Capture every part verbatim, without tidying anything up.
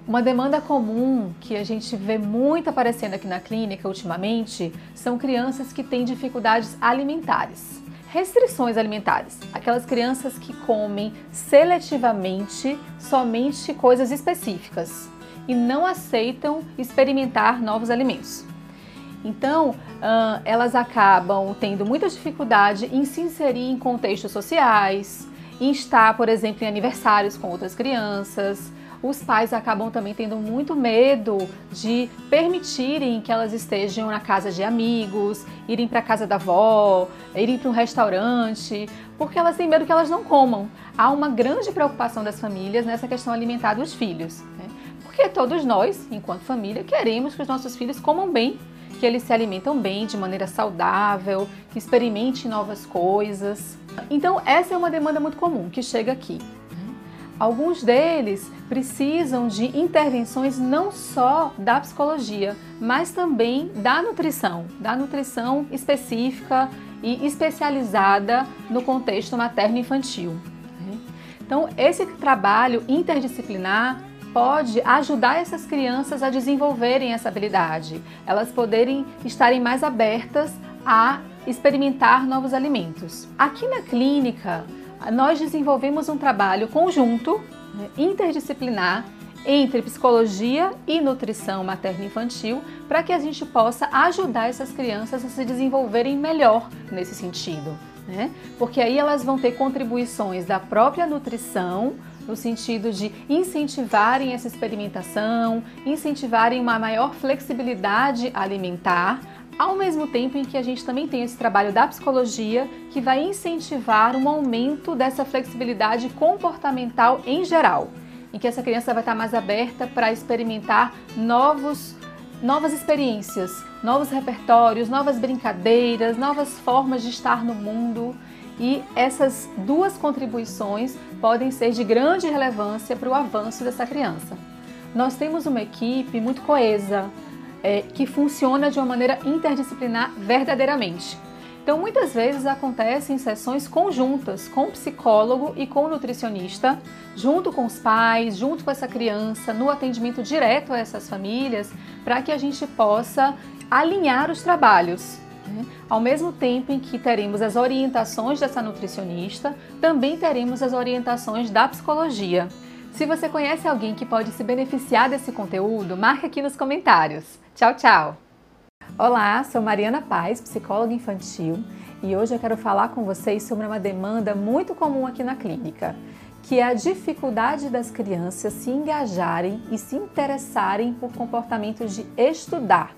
Uma demanda comum que a gente vê muito aparecendo aqui na clínica ultimamente são crianças que têm dificuldades alimentares. Restrições alimentares, aquelas crianças que comem seletivamente somente coisas específicas e não aceitam experimentar novos alimentos. Então, elas acabam tendo muita dificuldade em se inserir em contextos sociais, em estar, por exemplo, em aniversários com outras crianças. Os pais acabam também tendo muito medo de permitirem que elas estejam na casa de amigos, irem para a casa da avó, irem para um restaurante, porque elas têm medo que elas não comam. Há uma grande preocupação das famílias nessa questão alimentar dos filhos, né? Porque todos nós, enquanto família, queremos que os nossos filhos comam bem, que eles se alimentam bem, de maneira saudável, que experimentem novas coisas. Então, essa é uma demanda muito comum que chega aqui. Alguns deles precisam de intervenções não só da psicologia, mas também da nutrição, da nutrição específica e especializada no contexto materno-infantil. Então, esse trabalho interdisciplinar pode ajudar essas crianças a desenvolverem essa habilidade, elas poderem estarem mais abertas a experimentar novos alimentos. Aqui na clínica, nós desenvolvemos um trabalho conjunto, né, interdisciplinar, entre psicologia e nutrição materno-infantil, para que a gente possa ajudar essas crianças a se desenvolverem melhor nesse sentido, né? Porque aí elas vão ter contribuições da própria nutrição, no sentido de incentivarem essa experimentação, incentivarem uma maior flexibilidade alimentar, ao mesmo tempo em que a gente também tem esse trabalho da psicologia que vai incentivar um aumento dessa flexibilidade comportamental em geral, em que essa criança vai estar mais aberta para experimentar novos, novas experiências, novos repertórios, novas brincadeiras, novas formas de estar no mundo. E essas duas contribuições podem ser de grande relevância para o avanço dessa criança. Nós temos uma equipe muito coesa, É, que funciona de uma maneira interdisciplinar verdadeiramente. Então, muitas vezes acontecem sessões conjuntas com o psicólogo e com o nutricionista, junto com os pais, junto com essa criança, no atendimento direto a essas famílias, para que a gente possa alinhar os trabalhos, né? Ao mesmo tempo em que teremos as orientações dessa nutricionista, também teremos as orientações da psicologia. Se você conhece alguém que pode se beneficiar desse conteúdo, marque aqui nos comentários. Tchau, tchau! Olá, sou Mariana Paz, psicóloga infantil, e hoje eu quero falar com vocês sobre uma demanda muito comum aqui na clínica, que é a dificuldade das crianças se engajarem e se interessarem por comportamentos de estudar.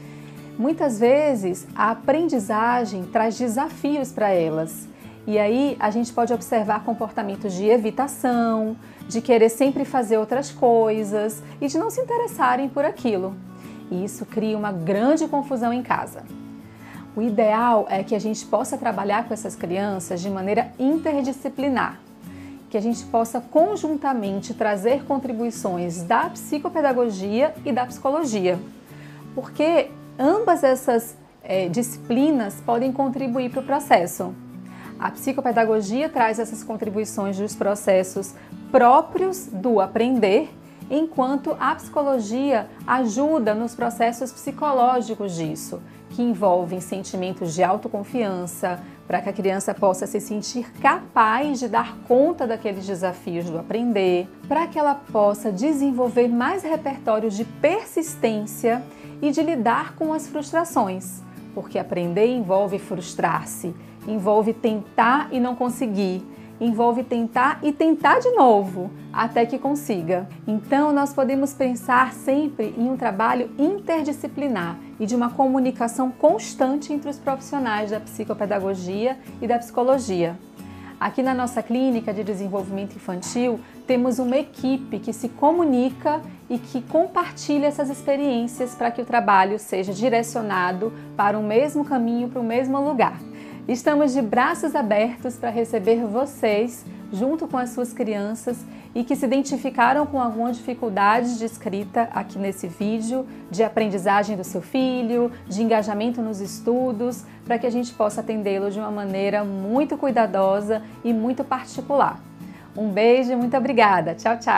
Muitas vezes a aprendizagem traz desafios para elas. E aí a gente pode observar comportamentos de evitação, de querer sempre fazer outras coisas e de não se interessarem por aquilo. E isso cria uma grande confusão em casa. O ideal é que a gente possa trabalhar com essas crianças de maneira interdisciplinar, que a gente possa conjuntamente trazer contribuições da psicopedagogia e da psicologia, porque ambas essas é, disciplinas podem contribuir para o processo. A psicopedagogia traz essas contribuições dos processos próprios do aprender, enquanto a psicologia ajuda nos processos psicológicos disso, que envolvem sentimentos de autoconfiança, para que a criança possa se sentir capaz de dar conta daqueles desafios do aprender, para que ela possa desenvolver mais repertórios de persistência e de lidar com as frustrações, porque aprender envolve frustrar-se, envolve tentar e não conseguir, envolve tentar e tentar de novo, até que consiga. Então, nós podemos pensar sempre em um trabalho interdisciplinar e de uma comunicação constante entre os profissionais da psicopedagogia e da psicologia. Aqui na nossa clínica de desenvolvimento infantil, temos uma equipe que se comunica e que compartilha essas experiências para que o trabalho seja direcionado para o mesmo caminho, para o mesmo lugar. Estamos de braços abertos para receber vocês, junto com as suas crianças, e que se identificaram com alguma dificuldade de escrita aqui nesse vídeo, de aprendizagem do seu filho, de engajamento nos estudos, para que a gente possa atendê-lo de uma maneira muito cuidadosa e muito particular. Um beijo e muito obrigada. Tchau, tchau!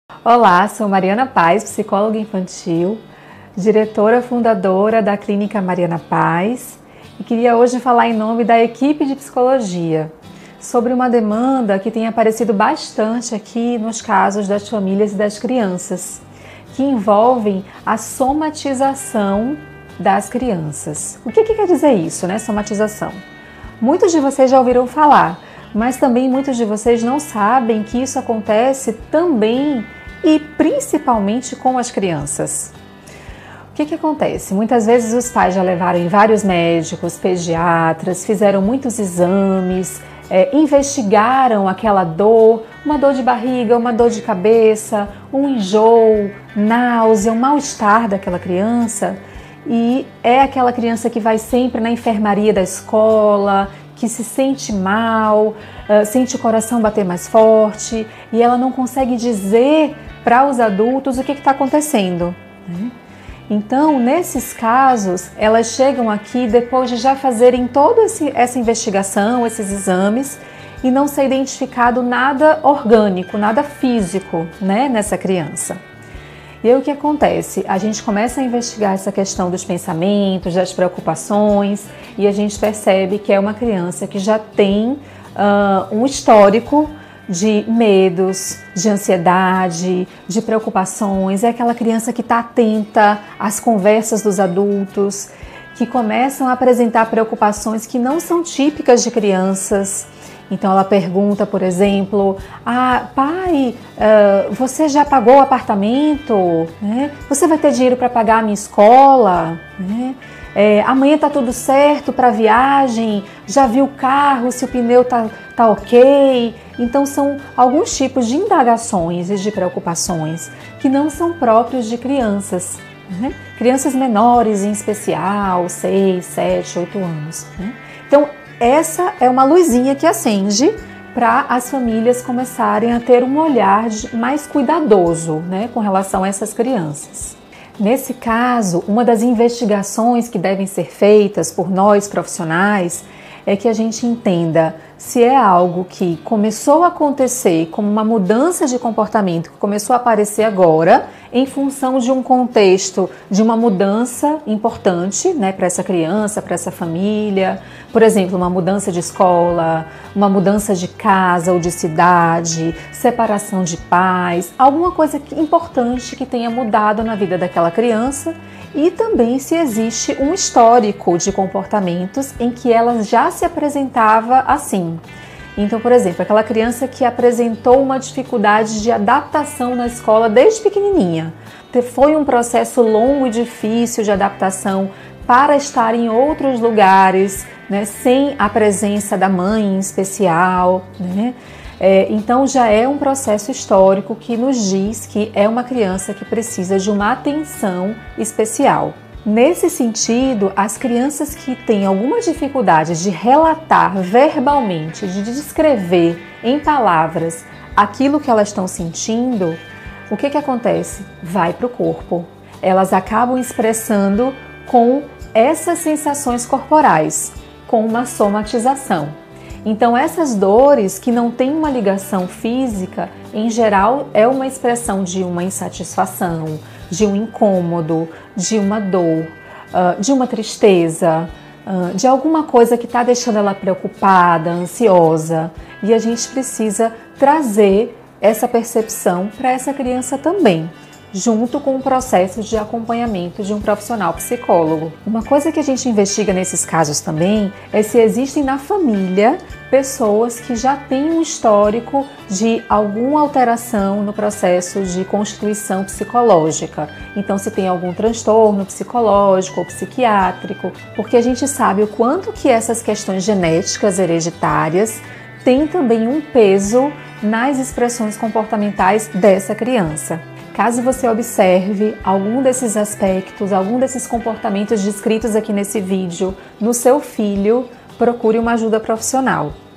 Olá, sou Mariana Paz, psicóloga infantil, diretora fundadora da Clínica Mariana Paz, e queria hoje falar em nome da equipe de psicologia sobre uma demanda que tem aparecido bastante aqui nos casos das famílias e das crianças, que envolvem a somatização das crianças. O que, que quer dizer isso, né? Somatização. Muitos de vocês já ouviram falar, mas também muitos de vocês não sabem que isso acontece também e principalmente com as crianças. O que que acontece? Muitas vezes os pais já levaram em vários médicos, pediatras, fizeram muitos exames, é, investigaram aquela dor, uma dor de barriga, uma dor de cabeça, um enjoo, náusea, um mal-estar daquela criança, e é aquela criança que vai sempre na enfermaria da escola, que se sente mal, uh, sente o coração bater mais forte e ela não consegue dizer para os adultos o que está acontecendo, né? Então, nesses casos, elas chegam aqui depois de já fazerem toda esse, essa investigação, esses exames, e não ser identificado nada orgânico, nada físico, né, nessa criança. E aí o que acontece? A gente começa a investigar essa questão dos pensamentos, das preocupações, e a gente percebe que é uma criança que já tem uh, um histórico de medos, de ansiedade, de preocupações. É aquela criança que está atenta às conversas dos adultos, que começam a apresentar preocupações que não são típicas de crianças. Então ela pergunta, por exemplo, ah, pai, uh, você já pagou o apartamento? Né? Você vai ter dinheiro para pagar a minha escola? Né? É, amanhã está tudo certo para a viagem? Já viu o carro, se o pneu está tá ok? Então são alguns tipos de indagações e de preocupações que não são próprios de crianças, né? Crianças menores em especial, seis, sete, oito anos. Né? Então essa é uma luzinha que acende para as famílias começarem a ter um olhar mais cuidadoso, né, com relação a essas crianças. Nesse caso, uma das investigações que devem ser feitas por nós profissionais é que a gente entenda se é algo que começou a acontecer como uma mudança de comportamento que começou a aparecer agora em função de um contexto de uma mudança importante, né, para essa criança, para essa família. Por exemplo, uma mudança de escola, uma mudança de casa ou de cidade, separação de pais, alguma coisa importante que tenha mudado na vida daquela criança, e também se existe um histórico de comportamentos em que ela já se apresentava assim. Então, por exemplo, aquela criança que apresentou uma dificuldade de adaptação na escola desde pequenininha. Foi um processo longo e difícil de adaptação para estar em outros lugares, né, sem a presença da mãe em especial, né? É, então já é um processo histórico que nos diz que é uma criança que precisa de uma atenção especial. Nesse sentido, as crianças que têm alguma dificuldade de relatar verbalmente, de descrever em palavras aquilo que elas estão sentindo, o que que acontece? Vai para o corpo. Elas acabam expressando com essas sensações corporais, com uma somatização. Então essas dores que não têm uma ligação física, em geral é uma expressão de uma insatisfação, de um incômodo, de uma dor, de uma tristeza, de alguma coisa que está deixando ela preocupada, ansiosa. E a gente precisa trazer essa percepção para essa criança também, junto com o processo de acompanhamento de um profissional psicólogo. Uma coisa que a gente investiga nesses casos também é se existem na família pessoas que já têm um histórico de alguma alteração no processo de constituição psicológica. Então, se tem algum transtorno psicológico ou psiquiátrico, porque a gente sabe o quanto que essas questões genéticas hereditárias têm também um peso nas expressões comportamentais dessa criança. Caso você observe algum desses aspectos, algum desses comportamentos descritos aqui nesse vídeo no seu filho, procure uma ajuda profissional.